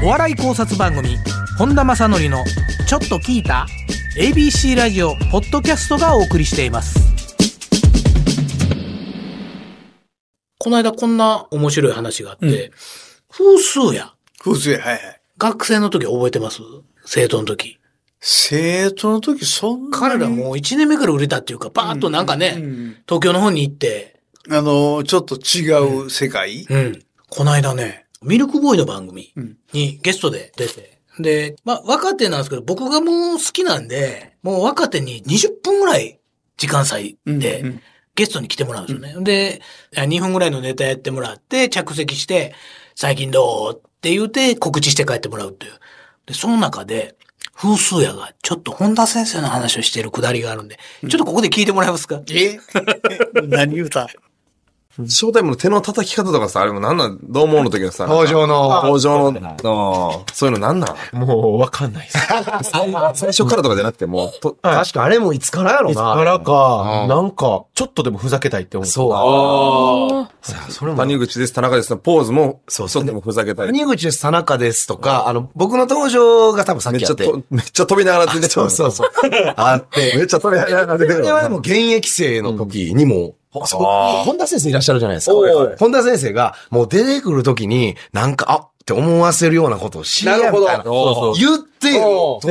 お笑い考察番組本田正則のちょっと聞いた ABC ラジオポッドキャストがお送りしています。この間こんな面白い話があって、風数やはいはい。 学生の時覚えてます？生徒の時。 生徒の時そんなに彼らもう1年目から売れたっていうか、バーッとなんかね、東京の方に行って。 ちょっと違う世界、 この間ね、ミルクボーイの番組にゲストで出て、で、若手なんですけど、僕がもう好きなんで、もう若手に20分ぐらい時間割で、ゲストに来てもらうんですよね。で、2分ぐらいのネタやってもらって、着席して、最近どうって言うて告知して帰ってもらうっていう。で、その中で、風数屋がちょっと本田先生の話をしているくだりがあるんで、ちょっとここで聞いてもらえますか？ 何言うた？ ショータイムの手の叩き方とかさ、あれもなんなんどう思うの時のさ。 登場の、 そういうのなんなんもうわかんないです。 最初からとかじゃなくても確かあれもいつからやろな。いつからか、なんか、ちょっとでもふざけたいって思う。 そう。 それも。 谷口です、田中です。ポーズも、そう、でもふざけたい。 谷口です、田中ですとか、僕の登場が多分さっきあって。 めっちゃ飛びながら出てそう。あって。 めっちゃ飛びながら出てくる。 これはもう現役生の時にも、本田先生いらっしゃるじゃないですか。本田先生が、もう出てくる時に、なんか、って思わせるようなことをしやみたいな。言って、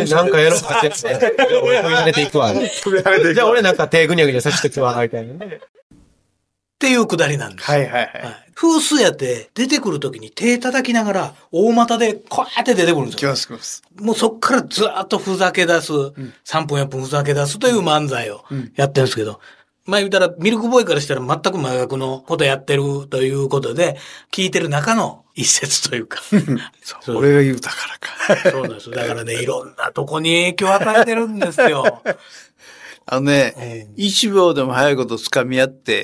なんかやろうかってやつ。俺飛び跳ねていくわ。じゃあ俺なんか手ぐにゃぐにゃさせてくわ、みたいな。 っていうくだりなんです。 はい。 風数やって出てくるときに手叩きながら大股でこうやって出てくるんですよ。 来ます。 もうそっからずーっとふざけ出す、3分4分ふざけ出すという漫才をやってるんですけど、言ったらミルクボーイからしたら全く真逆のことやってるということで、聞いてる中の一節というか。 そう俺が言うたからか。 そうなんです。だからね、いろんなとこに影響を与えてるんですよ。 1秒でも早いこと掴み合って、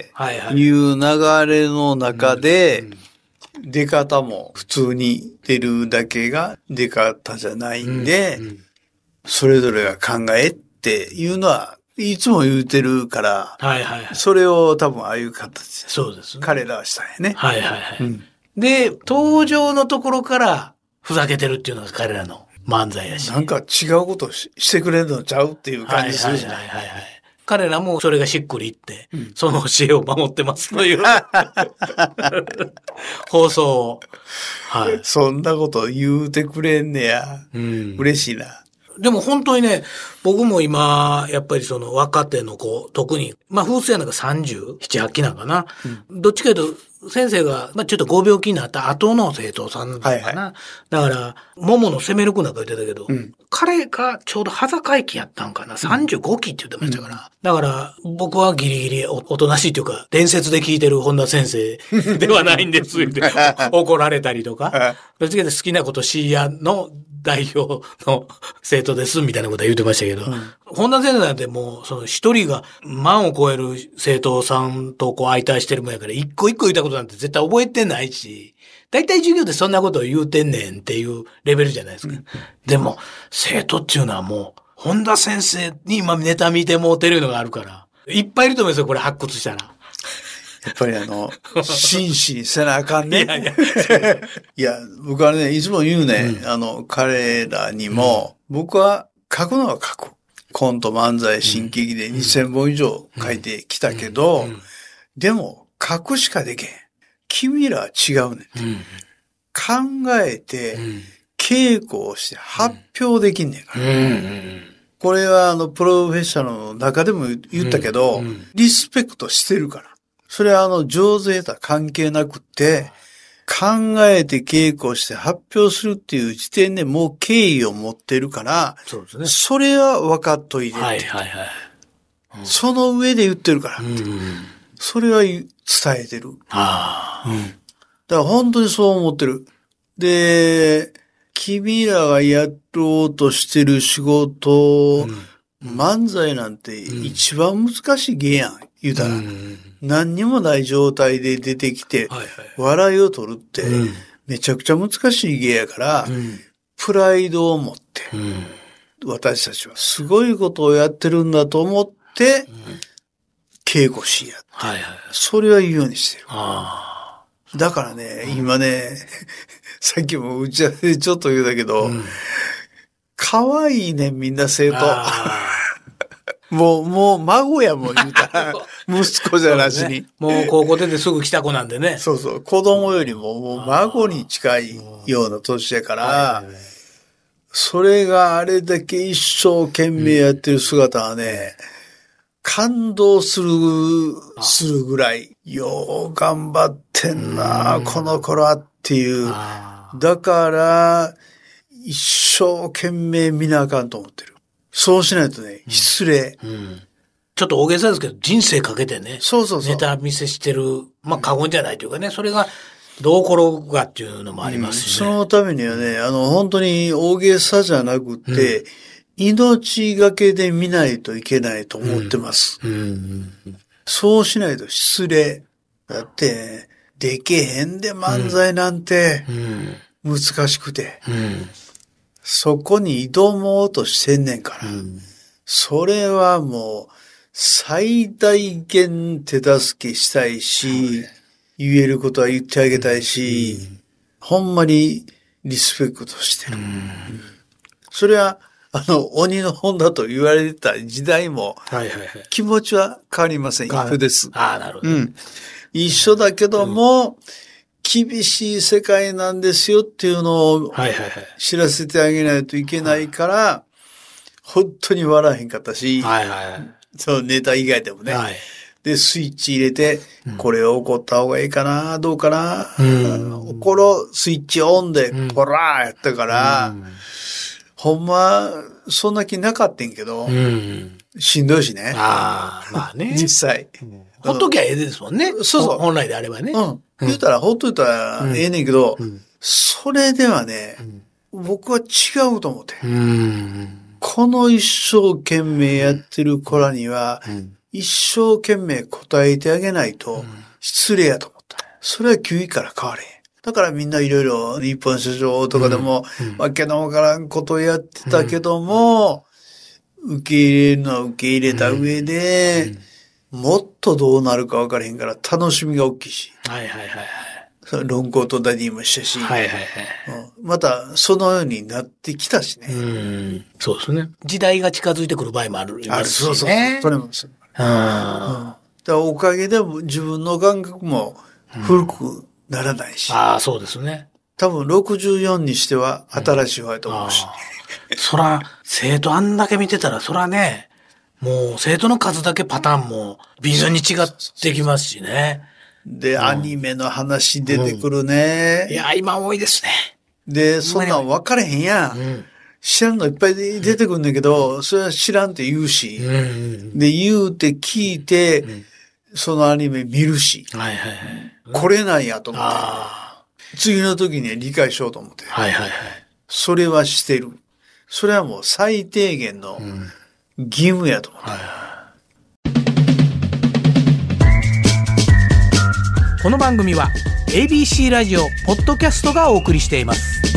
いう流れの中で、出方も普通に出るだけが出方じゃないんで、それぞれが考えっていうのは、いつも言うてるから、それを多分ああいう形で、 そうです、 彼らはしたんやね。 で、登場のところからふざけてるっていうのが彼らの漫才やし。 なんか違うことをしてくれるのちゃうっていう感じするじゃない。 彼らもそれがしっくりいって、その教えを守ってますという放送を。 そんなこと言うてくれんねや。嬉しいな。 でも本当にね、僕も今、やっぱりその若手の子、特に、風数やなんか37、8期なんかな。どっちかというと、先生が、ちょっとご病気になった後の生徒さんかな。だから、桃の攻める子なんか言ってたけど、彼がちょうど裸期やったんかな。35期って言ってましたから。だから、僕はギリギリおとなしいというか、伝説で聞いてる本田先生ではないんですって怒られたりとか。どっちかというと好きなことしやの代表の生徒ですみたいなことは言ってましたけど、本田先生なんてもう、その一人が万を超える生徒さんと相対してるもんやから、一個一個言ったことなんて絶対覚えてないし、だいたい授業でそんなことを言うてんねんっていうレベルじゃないですか。でも、生徒っていうのはもう、本田先生に今ネタ見てもうてるのがあるから、いっぱいいると思うんですよ、これ発掘したら。 やっぱり真摯にせなあかんね。いや、僕はね、いつも言うね、彼らにも、僕は書くのは書く。コント、漫才、新喜劇で2000本以上書いてきたけど、でも、書くしかできへん。君らは違うね。考えて、稽古をして発表できんねんから。これはプロフェッショナルの中でも言ったけど、リスペクトしてるから。それは上手下手関係なくって、考えて稽古して発表するっていう時点でもう敬意を持ってるから、それは分かっといてって。その上で言ってるからって。それは伝えてる。だから本当にそう思ってる。で、君らがやろうとしてる仕事、漫才なんて一番難しい芸やん、言うたら。何にもない状態で出てきて、笑いを取るって、めちゃくちゃ難しい芸やから、プライドを持って、私たちはすごいことをやってるんだと思って、稽古しやって、それは言うようにしてる。だからね、今ね、 さっきも打ち合わせでちょっと言うたけど、可愛いね、みんな生徒。もう孫やもん言うたら、息子じゃなしに、 ね。もう高校出てすぐ来た子なんでね。 そうそう、子供よりももう孫に近いような年やから、それがあれだけ一生懸命やってる姿はね、感動するぐらい、よう頑張ってんな、この頃はっていう。だから、一生懸命見なあかんと思ってる。そうしないとね、失礼。 ちょっと大げさですけど、人生かけてね。 そうそうそう。 ネタ見せしてる、まあ過言じゃないというかね、それがどう転ぶかっていうのもありますしね。 そのためにはね、本当に大げさじゃなくて、命がけで見ないといけないと思ってます。そうしないと失礼。だって、でけへんで漫才なんて、難しくて。そこに挑もうとしてんねんから。それはもう、最大限手助けしたいし、言えることは言ってあげたいし、ほんまにリスペクトしてる。それは、鬼の本だと言われてた時代も、気持ちは変わりません。一緒です。 なるほど。 一緒だけども、厳しい世界なんですよっていうのを知らせてあげないといけないから、本当に笑えへんかったし、そのネタ以外でもね。で、スイッチ入れて、これ怒った方がいいかな、どうかな、怒ろう、スイッチオンで、ポラーやったから、ほんま、そんな気なかったんけど、しんどいしね。 まあね。 実際。 ほっときゃええですもんね。そう。本来であればね。 言うたら、ほっといたらええねんけど、それではね、僕は違うと思って。この一生懸命やってる子らには、一生懸命答えてあげないと失礼やと思った。それは9位から変われへん。だからみんないろいろ日本社長とかでも、わけのわからんことをやってたけども、受け入れるのは受け入れた上で、もっとどうなるか分からへんから楽しみが大きいし。ロンコートダディもしたし。また、そのようになってきたしね。 そうですね。時代が近づいてくる場合もある。 そう。それもそう。だからおかげで自分の感覚も古くならないし。 そうですね。 多分64にしては新しい方やと思うし。 そら、生徒あんだけ見てたら、そらね、もう生徒の数だけパターンも微妙に違ってきますしね。 で、アニメの話出てくるね。 いや、今多いですね。 で、そんなん分かれへんやん。知らんのいっぱい出てくるんだけど、それは知らんって言うし。で、言うて聞いて、そのアニメ見るし。これなんやと思って。次の時には理解しようと思って。それはしてる。それはもう最低限の義務やと思って。 この番組は ABC ラジオポッドキャストがお送りしています。